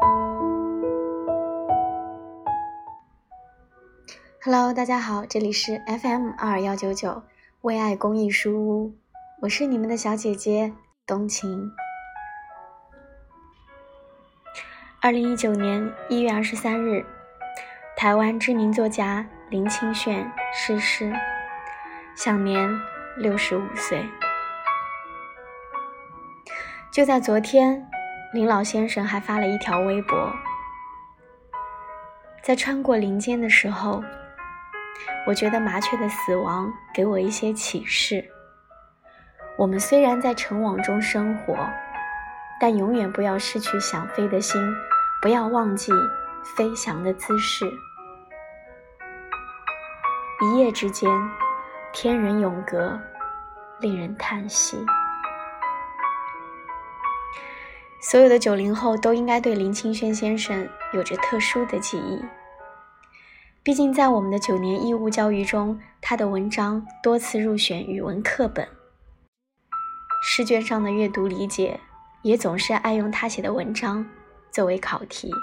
Hello， 大家好，这里是 FM22199 为爱公益书屋，我是你们的小姐姐冬晴。2019年1月23日，台湾知名作家林清炫逝世，享年65岁。就在昨天，林老先生还发了一条微博，在穿过林间的时候，我觉得麻雀的死亡给我一些启示。我们虽然在尘网中生活，但永远不要失去想飞的心，不要忘记飞翔的姿势。一夜之间，天人永隔，令人叹息。所有的90后都应该对林清炫先生有着特殊的记忆。毕竟在我们的9年义务教育中，他的文章多次入选语文课本。试卷上的阅读理解也总是爱用他写的文章作为考题。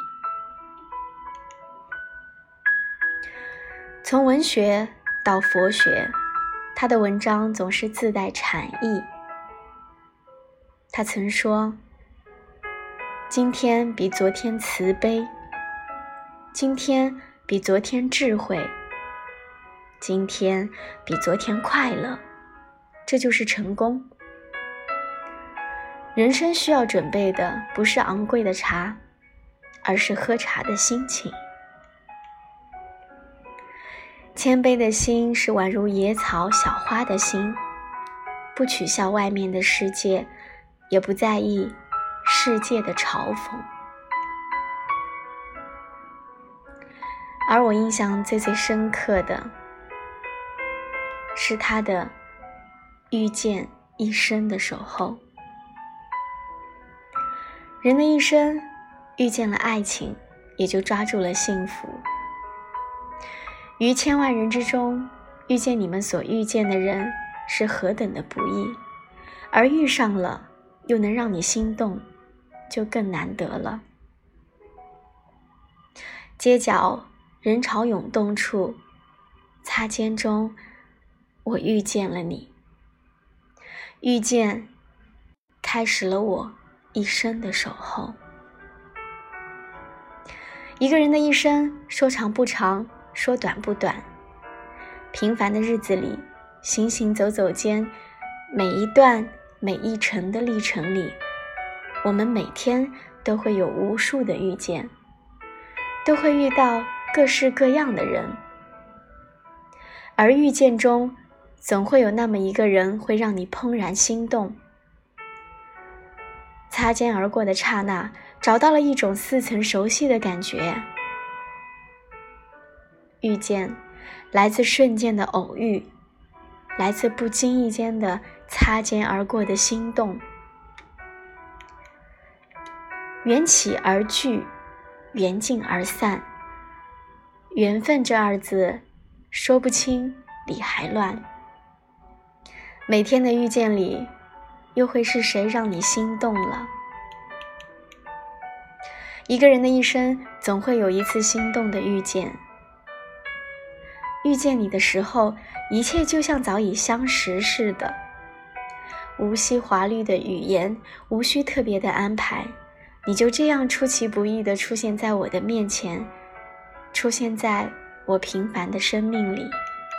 从文学到佛学，他的文章总是自带禅意。他曾说，今天比昨天慈悲，今天比昨天智慧，今天比昨天快乐，这就是成功。人生需要准备的不是昂贵的茶，而是喝茶的心情。谦卑的心是宛如野草小花的心，不取笑外面的世界，也不在意世界的嘲讽。而我印象最深刻的是他的遇见一生的守候。人的一生遇见了爱情，也就抓住了幸福。于千万人之中，遇见你们所遇见的人是何等的不易，而遇上了又能让你心动，就更难得了。街角人潮涌动处，擦肩中我遇见了你。遇见开始了我一生的守候。一个人的一生，说长不长，说短不短。平凡的日子里，行行走走间，每一段每一程的历程里，我们每天都会有无数的遇见，都会遇到各式各样的人。而遇见中，总会有那么一个人会让你怦然心动。擦肩而过的刹那，找到了一种似曾熟悉的感觉。遇见来自瞬间的偶遇，来自不经意间的擦肩而过的心动。缘起而聚，缘尽而散。缘分这2字，说不清理还乱。每天的遇见里，又会是谁让你心动了？一个人的一生，总会有一次心动的遇见。遇见你的时候，一切就像早已相识似的，无需华丽的语言，无需特别的安排，你就这样出其不意地出现在我的面前，出现在我平凡的生命里。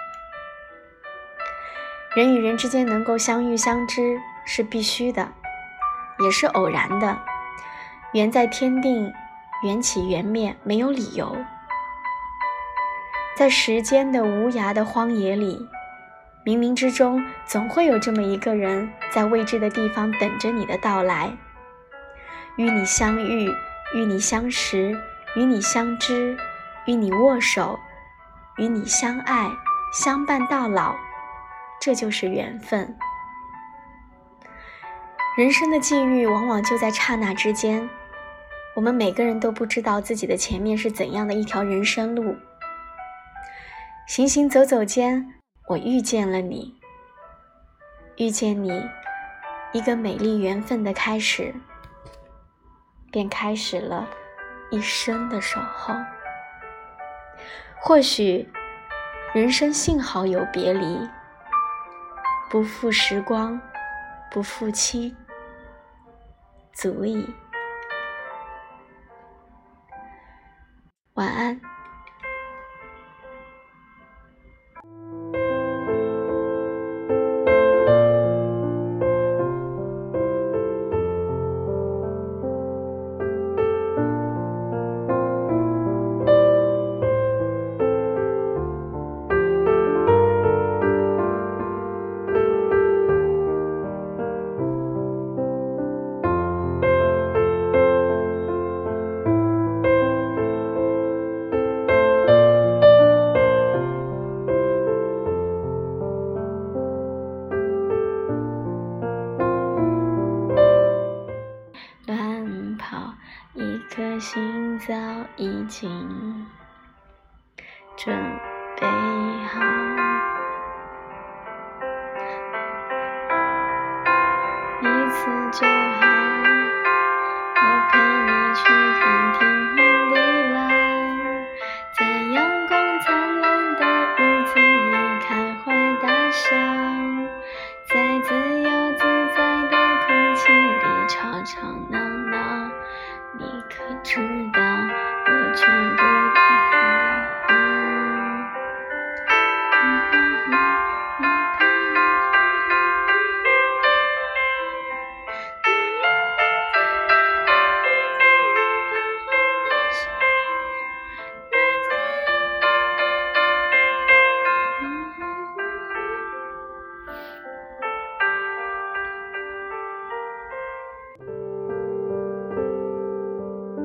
人与人之间能够相遇相知是必须的，也是偶然的。缘在天定，缘起缘灭，没有理由。在时间的无涯的荒野里，冥冥之中总会有这么一个人，在未知的地方等着你的到来。与你相遇，与你相识，与你相知，与你握手，与你相爱，相伴到老，这就是缘分。人生的际遇往往就在刹那之间，我们每个人都不知道自己的前面是怎样的一条人生路。行行走走间，我遇见了你，遇见你，一个美丽缘分的开始，便开始了一生的守候。或许人生幸好有别离，不负时光，不负期，足矣。晚安。乱跑，一颗心早已经准备好，一次就好。